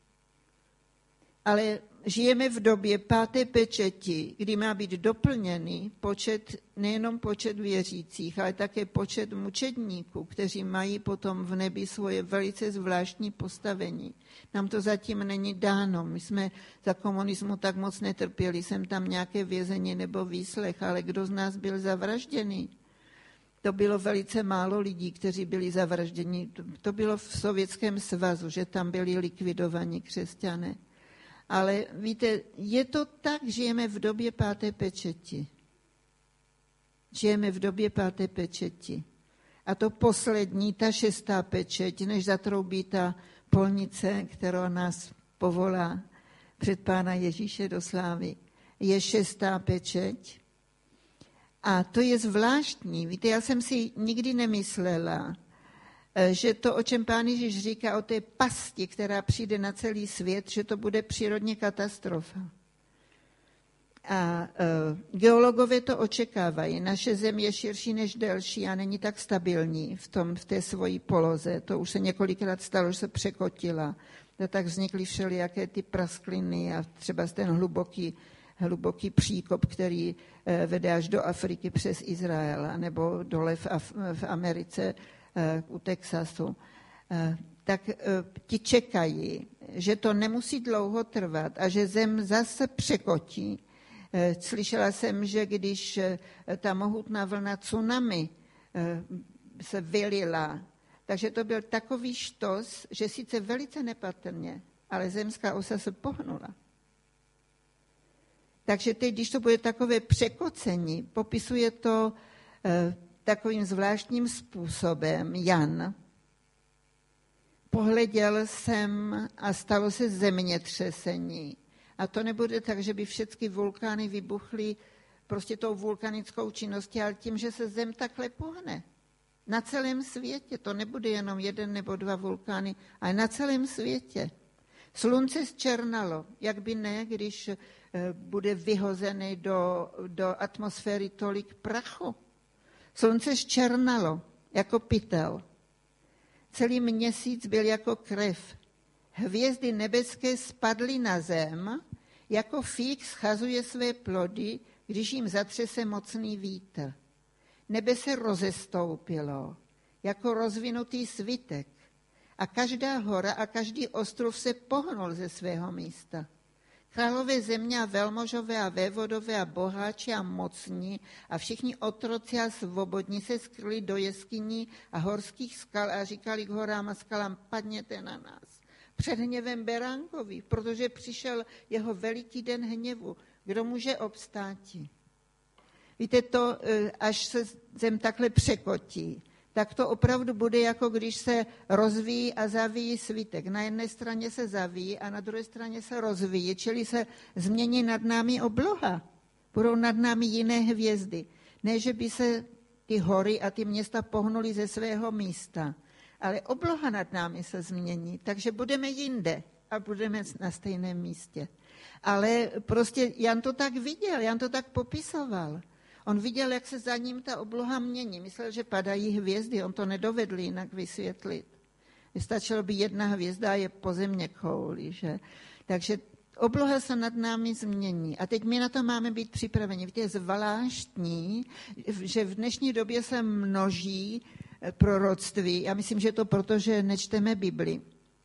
Ale žijeme v době páté pečeti, kdy má být doplněný počet, nejenom počet věřících, ale také počet mučedníků, kteří mají potom v nebi svoje velice zvláštní postavení. Nám to zatím není dáno. My jsme za komunismu tak moc netrpěli, jsem tam nějaké vězení nebo výslech, ale kdo z nás byl zavražděný? To bylo velice málo lidí, kteří byli zavražděni. To bylo v Sovětském svazu, že tam byli likvidovaní křesťané. Ale víte, je to tak, žijeme v době páté pečeti. Žijeme v době páté pečeti. A to poslední, ta šestá pečeť, než zatroubí ta polnice, která nás povolá před Pána Ježíše do slávy, je šestá pečeť. A to je zvláštní. Víte, já jsem si nikdy nemyslela, že to, o čem Pán Ježíš říká, o té pasti, která přijde na celý svět, že to bude přírodní katastrofa. A e, geologové to očekávají. Naše země je širší než delší a není tak stabilní v, tom, v té svojí poloze. To už se několikrát stalo, že se překotila. A tak vznikly všelijaké ty praskliny a třeba ten hluboký, hluboký příkop, který e, vede až do Afriky přes Izrael, nebo dole v, Af- v Americe, u Texasu, tak ti čekají, že to nemusí dlouho trvat a že zem zase překotí. Slyšela jsem, že když ta mohutná vlna tsunami se vylila, takže to byl takový štos, že sice velice nepatrně, ale zemská osa se pohnula. Takže teď, když to bude takové překocení, popisuje to takovým zvláštním způsobem Jan. Pohleděl jsem a stalo se zemětřesení. A to nebude tak, že by všechny vulkány vybuchly prostě tou vulkanickou činností, ale tím, že se zem takhle pohne. Na celém světě. To nebude jenom jeden nebo dva vulkány, ale na celém světě. Slunce zčernalo. Jak by ne, když bude vyhozený do, do atmosféry tolik prachu. Slunce zčernalo jako pytel. Celý měsíc byl jako krev. Hvězdy nebeské spadly na zem, jako fík schazuje své plody, když jim zatřese mocný vítr. Nebe se rozestoupilo, jako rozvinutý svitek, a každá hora a každý ostrov se pohnul ze svého místa. Králové země a velmožové a vévodové a boháči a mocní a všichni otroci a svobodní se skryli do jeskyní a horských skal a říkali k horám a skalám, padněte na nás. Před hněvem beránkovi, protože přišel jeho veliký den hněvu. Kdo může obstáti? Víte, to, až se zem takhle překotí, tak to opravdu bude, jako když se rozvíjí a zavíjí svitek. Na jedné straně se zavíjí a na druhé straně se rozvíjí, čili se změní nad námi obloha. Budou nad námi jiné hvězdy. Ne, že by se ty hory a ty města pohnuly ze svého místa, ale obloha nad námi se změní, takže budeme jinde a budeme na stejném místě. Ale prostě Jan to tak viděl, Jan to tak popisoval. On viděl, jak se za ním ta obloha mění. Myslel, že padají hvězdy, on to nedovedl jinak vysvětlit. Stačilo by jedna hvězda a je po země kouli, že? Takže obloha se nad námi změní. A teď my na to máme být připraveni. Víte, je zvláštní, že v dnešní době se množí proroctví. Já myslím, že je to proto, že nečteme Bibli.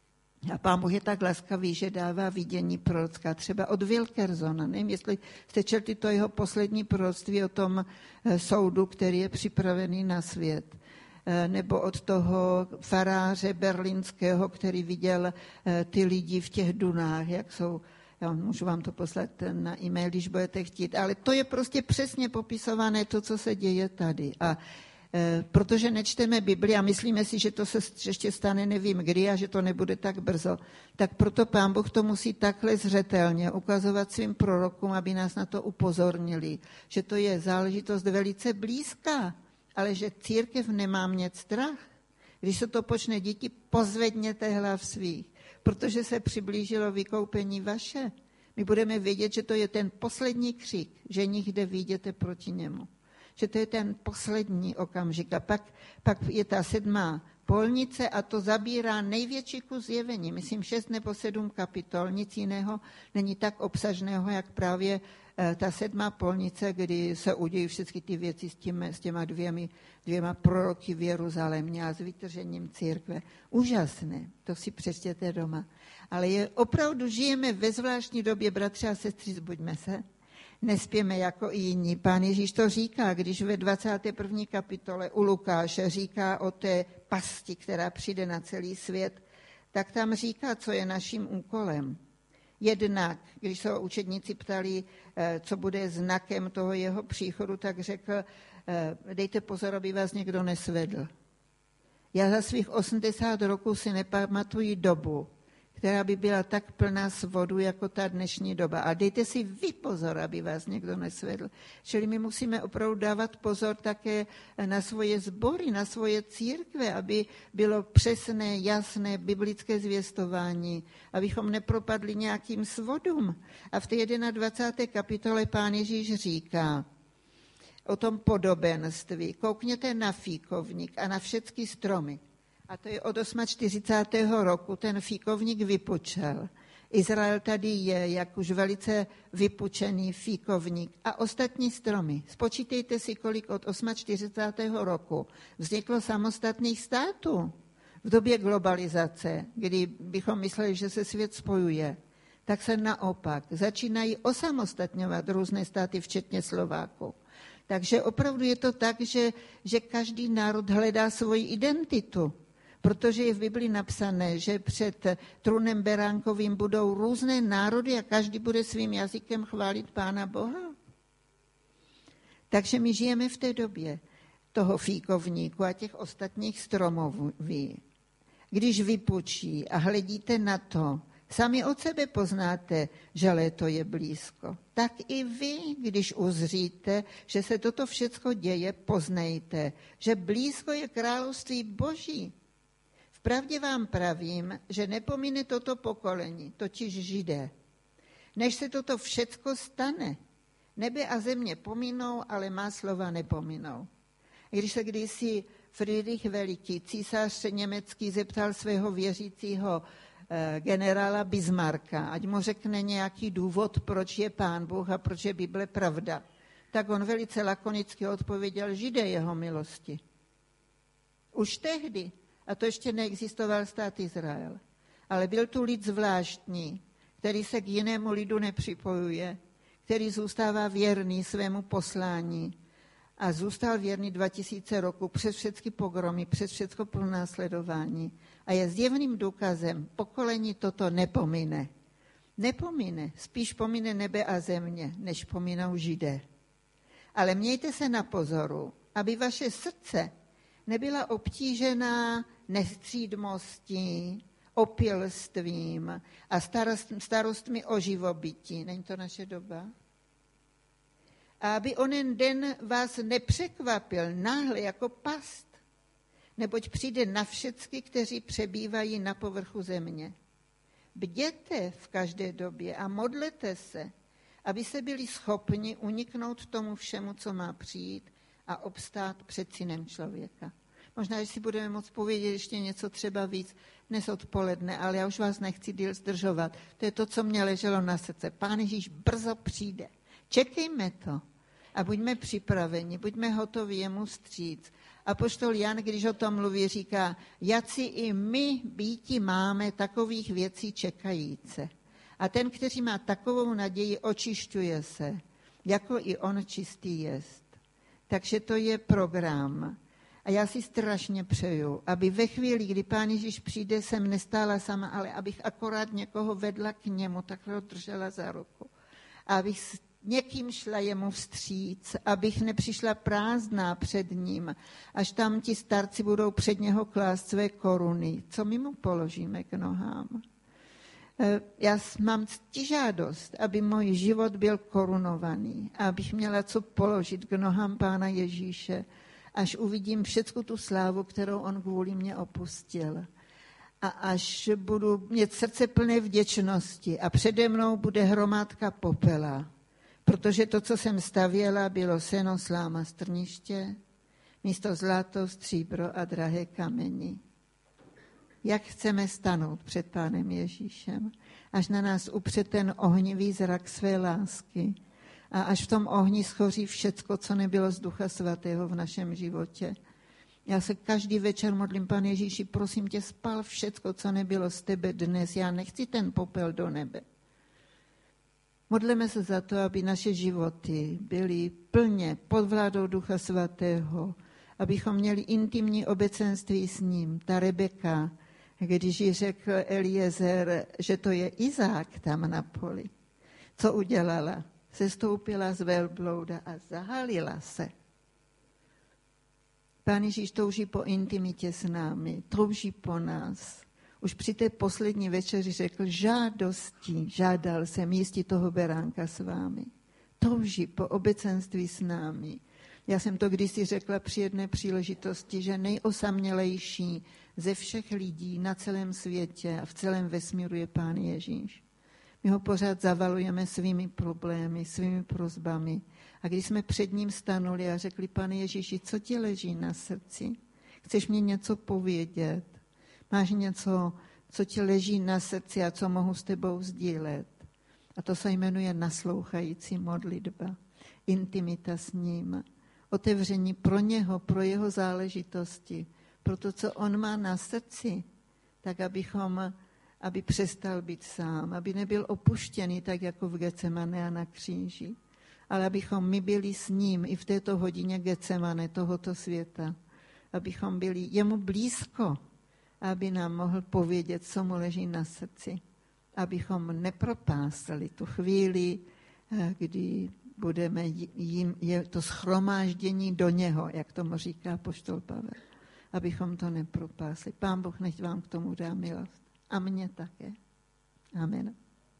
A Pán Bůh je tak laskavý, že dává vidění prorocká. Třeba od Wilkersona. Nevím, jestli jste četli to jeho poslední proroctví o tom soudu, který je připravený na svět. Nebo od toho faráře berlínského, který viděl ty lidi v těch dunách, jak jsou, já můžu vám to poslat na e-mail, když budete chtít, ale to je prostě přesně popisované to, co se děje tady. A e, protože nečteme Bibli a myslíme si, že to se ještě stane nevím kdy a že to nebude tak brzo, tak proto Pán Bůh to musí takhle zřetelně ukazovat svým prorokům, aby nás na to upozornili, že to je záležitost velice blízká. Ale že církev nemá mít strach. Když se to počne, děti, pozvedněte hlav svých, protože se přiblížilo vykoupení vaše. My budeme vědět, že to je ten poslední křik, že nikde vyjdete proti němu. Že to je ten poslední okamžik. A pak, pak je ta sedmá polnice a to zabírá největší kus zjevení. Myslím šest nebo sedm kapitol, nic jiného není tak obsažného, jak právě ta sedmá polnice, kdy se udějí všechny ty věci s, tím, s těma dvěmi, dvěma proroky v Jeruzalémě a s vytržením církve. Úžasné, to si přečtěte doma. Ale je, opravdu žijeme ve zvláštní době, bratři a sestry, zbuďme se. Nespěme jako i jiní. Pán Ježíš to říká, když ve dvacáté první kapitole u Lukáše říká o té pasti, která přijde na celý svět, tak tam říká, co je naším úkolem. Jednak, když se učedníci ptali, co bude znakem toho jeho příchodu, tak řekl, dejte pozor, aby vás někdo nesvedl. Já za svých osmdesát roků si nepamatuji dobu, která by byla tak plná svodu, jako ta dnešní doba. A dejte si vy pozor, aby vás někdo nesvedl. Čili my musíme opravdu dávat pozor také na svoje sbory, na svoje církve, aby bylo přesné, jasné biblické zvěstování, abychom nepropadli nějakým svodům. A v té dvacáté první kapitole Pán Ježíš říká o tom podobenství. Koukněte na fíkovník a na všechny stromy. A to je od čtyřicátého osmého roku, ten fíkovník vypučel. Izrael tady je, jak už velice vypučený fíkovník. A ostatní stromy. Spočítejte si, kolik od čtyřicátého osmého roku vzniklo samostatných států. V době globalizace, kdy bychom mysleli, že se svět spojuje, tak se naopak začínají osamostatňovat různé státy, včetně Slováků. Takže opravdu je to tak, že, že každý národ hledá svoji identitu. Protože je v Biblii napsané, že před trůnem beránkovým budou různé národy a každý bude svým jazykem chválit Pána Boha. Takže my žijeme v té době toho fíkovníku a těch ostatních stromovů. Když vypučí a hledíte na to, sami od sebe poznáte, že léto je blízko. Tak i vy, když uzříte, že se toto všecko děje, poznejte, že blízko je království Boží. Vpravdě vám pravím, že nepomine toto pokolení, totiž Židé. Než se toto všecko stane, nebe a země pominou, ale má slova nepominou. Když se kdysi Friedrich Veliký, císař německý, zeptal svého věřícího eh, generála Bismarcka, ať mu řekne nějaký důvod, proč je Pán Bůh a proč je Bible pravda, tak on velice lakonicky odpověděl, Židé jeho milosti. Už tehdy, a to ještě neexistoval stát Izrael, ale byl tu lid zvláštní, který se k jinému lidu nepřipojuje, který zůstává věrný svému poslání a zůstal věrný dva tisíce roku přes všechny pogromy, přes všechno pronásledování a je zjevným důkazem, pokolení toto nepomine. Nepomine, spíš pomine nebe a země, než pominou Židé. Ale mějte se na pozoru, aby vaše srdce nebyla obtížená nestřídmostí, opilstvím a starost, starostmi o živobytí. Není to naše doba? A aby onen den vás nepřekvapil náhle jako past, neboť přijde na všecky, kteří přebývají na povrchu země. Bděte v každé době a modlete se, aby se byli schopni uniknout tomu všemu, co má přijít a obstát před synem člověka. Možná, že si budeme moct povědět ještě něco třeba víc dnes odpoledne, ale já už vás nechci díl zdržovat. To je to, co mě leželo na srdce. Pán Ježíš brzo přijde. Čekejme to a buďme připraveni, buďme hotovi jemu vstříc. Apoštol Jan, když o tom mluví, říká, jaci i my býti máme takových věcí čekajíce. A ten, který má takovou naději, očišťuje se, jako i on čistý jest. Takže to je program. A já si strašně přeju, aby ve chvíli, kdy Pán Ježíš přijde, jsem nestála sama, ale abych akorát někoho vedla k němu, takhle ho držela za ruku. A abych s někým šla jemu vstříc, abych nepřišla prázdná před ním, až tam ti starci budou před něho klást své koruny. Co my mu položíme k nohám? Já mám ctižádost, aby můj život byl korunovaný, abych měla co položit k nohám Pána Ježíše, až uvidím všecku tu slávu, kterou on kvůli mě opustil. A až budu mít srdce plné vděčnosti a přede mnou bude hromádka popela, protože to, co jsem stavěla, bylo seno, sláma, strniště, místo zlato, stříbro a drahé kameny. Jak chceme stanout před Pánem Ježíšem, až na nás upře ten ohnivý zrak své lásky a až v tom ohni schoří všecko, co nebylo z Ducha Svatého v našem životě. Já se každý večer modlím, Pane Ježíši, prosím tě, spal všecko, co nebylo z tebe dnes. Já nechci ten popel do nebe. Modleme se za to, aby naše životy byly plně pod vládou Ducha Svatého, abychom měli intimní obecenství s ním. Ta Rebeka, když jí řekl Eliezer, že to je Izák tam na poli, co udělala? Sestoupila z velblouda a zahalila se. Pán Ježíš touží po intimitě s námi, touží po nás. Už při té poslední večeři řekl, žádostí žádal jsem jísti toho beránka s vámi. Touží po obecenství s námi. Já jsem to kdysi řekla při jedné příležitosti, že nejosamělejší ze všech lidí na celém světě a v celém vesmíru je Pán Ježíš. My ho pořád zavalujeme svými problémy, svými prosbami. A když jsme před ním stanuli a řekli, Pane Ježíši, co ti leží na srdci? Chceš mě něco povědět? Máš něco, co ti leží na srdci a co mohu s tebou sdílet? A to se jmenuje naslouchající modlitba, intimita s ním, otevření pro něho, pro jeho záležitosti, pro to, co on má na srdci, tak abychom, aby přestal být sám, aby nebyl opuštěný, tak jako v Getsemane a na kříži, ale abychom my byli s ním i v této hodině Getsemane, tohoto světa, abychom byli jemu blízko, aby nám mohl povědět, co mu leží na srdci, abychom nepropásali tu chvíli, kdy budeme jim, je to shromáždění do něho, jak tomu říká apoštol Pavel, abychom to nepropásli. Pán Bůh nech vám k tomu dá milost. A mně také. Amen.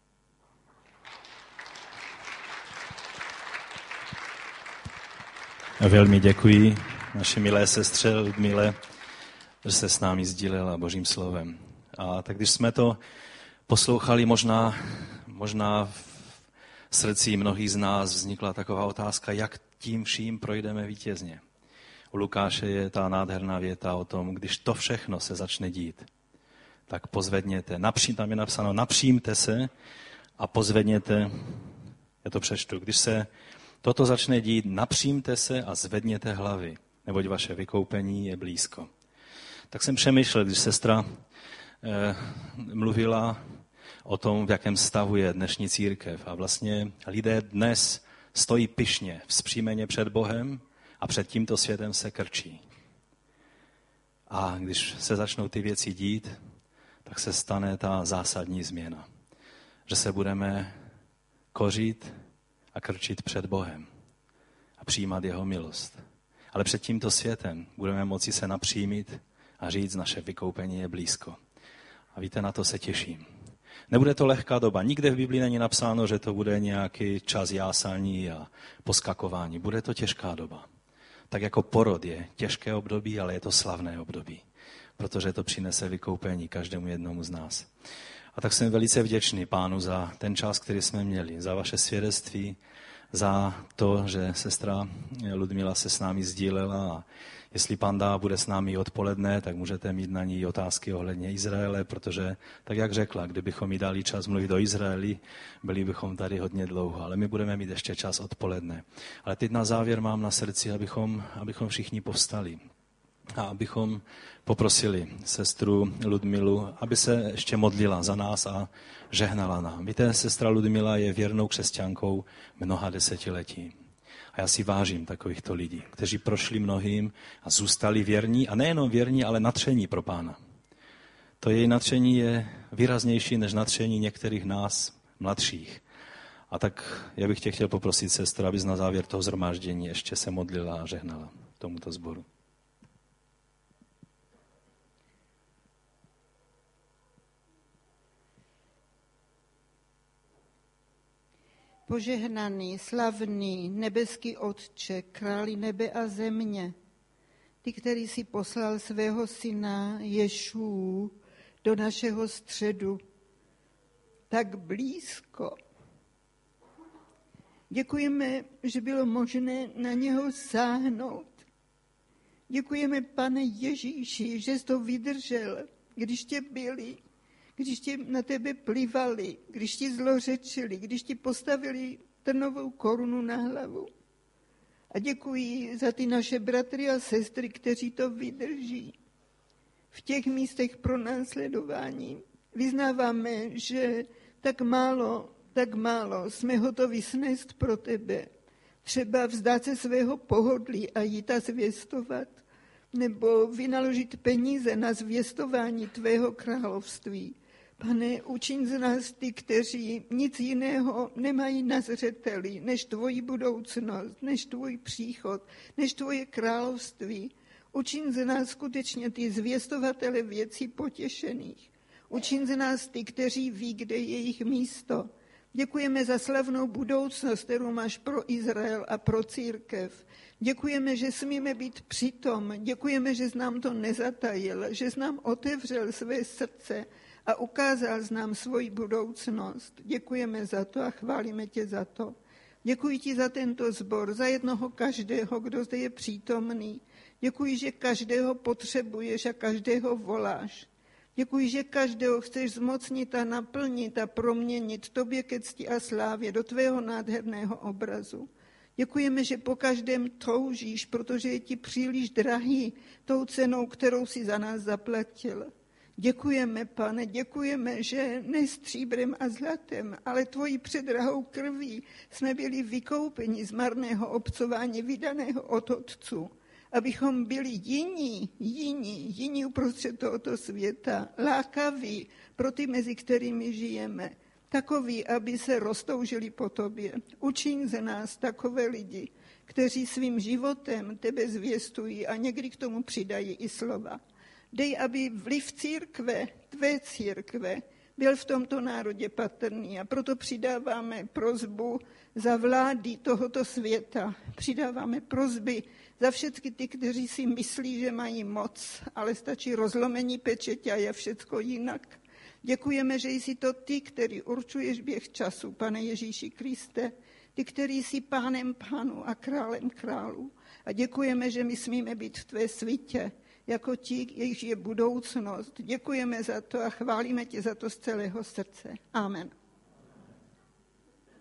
A velmi děkuji naší milé sestře Ludmile, že se s námi sdílela Božím slovem. A tak když jsme to poslouchali, možná, možná v srdci mnohých z nás vznikla taková otázka, jak tím vším projdeme vítězně. U Lukáše je ta nádherná věta o tom, když to všechno se začne dít, tak pozvedněte, napřím, tam je napsáno, napřímte se a pozvedněte, já to přečtu, když se toto začne dít, napřímte se a zvedněte hlavy, neboť vaše vykoupení je blízko. Tak jsem přemýšlel, když sestra eh, mluvila o tom, v jakém stavu je dnešní církev. A vlastně lidé dnes stojí pyšně, vzpřímeně před Bohem a před tímto světem se krčí. A když se začnou ty věci dít, tak se stane ta zásadní změna. Že se budeme kořit a krčit před Bohem a přijímat jeho milost. Ale před tímto světem budeme moci se napřímit a říct, naše vykoupení je blízko. A víte, na to se těším. Nebude to lehká doba. Nikde v Biblii není napsáno, že to bude nějaký čas jásání a poskakování. Bude to těžká doba. Tak jako porod je těžké období, ale je to slavné období, protože to přinese vykoupení každému jednomu z nás. A tak jsem velice vděčný Pánu za ten čas, který jsme měli, za vaše svědectví, za to, že sestra Ludmila se s námi sdílela a jestli Pán dá, bude s námi odpoledne, tak můžete mít na ní otázky ohledně Izraele, protože, tak jak řekla, kdybychom jí dali čas mluvit o Izraeli, byli bychom tady hodně dlouho, ale my budeme mít ještě čas odpoledne. Ale teď na závěr mám na srdci, abychom, abychom všichni povstali a abychom poprosili sestru Ludmilu, aby se ještě modlila za nás a žehnala nám. Víte, sestra Ludmila je věrnou křesťankou mnoha desetiletí. A já si vážím takovýchto lidí, kteří prošli mnohým a zůstali věrní, a nejenom věrní, ale nadšení pro Pána. To její nadšení je výraznější než nadšení některých nás mladších. A tak já bych tě chtěl poprosit, sestro, abys na závěr toho shromáždění ještě se modlila a žehnala tomuto sboru. Požehnaný, slavný, nebeský Otče, králi nebe a země, ty, který jsi poslal svého syna Ješuu do našeho středu, tak blízko. Děkujeme, že bylo možné na něho sáhnout. Děkujeme, Pane Ježíši, že jsi to vydržel, když tě byli, když ti na tebe plivali, když ti zlořečili, když ti postavili trnovou korunu na hlavu. A děkuji za ty naše bratry a sestry, kteří to vydrží. V těch místech pronásledování vyznáváme, že tak málo, tak málo jsme hotovi snést pro tebe. Třeba vzdát se svého pohodlí a jít a zvěstovat, nebo vynaložit peníze na zvěstování tvého království. Pane, učiň z nás ty, kteří nic jiného nemají na zřeteli, než tvoji budoucnost, než tvůj příchod, než tvoje království. Učiň z nás skutečně ty zvěstovatele věcí potěšených. Učiň z nás ty, kteří ví, kde je jejich místo. Děkujeme za slavnou budoucnost, kterou máš pro Izrael a pro církev. Děkujeme, že smíme být přitom. Děkujeme, že jsi nám to nezatajil, že jsi nám otevřel své srdce a ukázal z nám svoji budoucnost. Děkujeme za to a chválíme tě za to. Děkuji ti za tento sbor, za jednoho každého, kdo zde je přítomný. Děkuji, že každého potřebuješ a každého voláš. Děkuji, že každého chceš zmocnit a naplnit a proměnit tobě ke cti a slávě do tvého nádherného obrazu. Děkujeme, že po každém toužíš, protože je ti příliš drahý tou cenou, kterou si za nás zaplatil. Děkujeme, Pane, děkujeme, že ne stříbrem a zlatem, ale tvojí předrahou krví jsme byli vykoupeni z marného obcování vydaného od Otců, abychom byli jiní, jiní, jiní uprostřed tohoto světa, lákaví pro ty, mezi kterými žijeme, takoví, aby se roztoužili po tobě. Učiň ze nás takové lidi, kteří svým životem tebe zvěstují a někdy k tomu přidají i slova. Dej, aby vliv církve, tvé církve, byl v tomto národě patrný a proto přidáváme prosbu za vlády tohoto světa. Přidáváme prosby za všechny ty, kteří si myslí, že mají moc, ale stačí rozlomení pečetě a je všecko jinak. Děkujeme, že jsi to ty, který určuješ běh času, Pane Ježíši Kriste, ty, který jsi Pánem Pánu a Králem Králů. A děkujeme, že my smíme být v tvé svitě, jako ti, jejichž je budoucnost. Děkujeme za to a chválíme tě za to z celého srdce. Amen.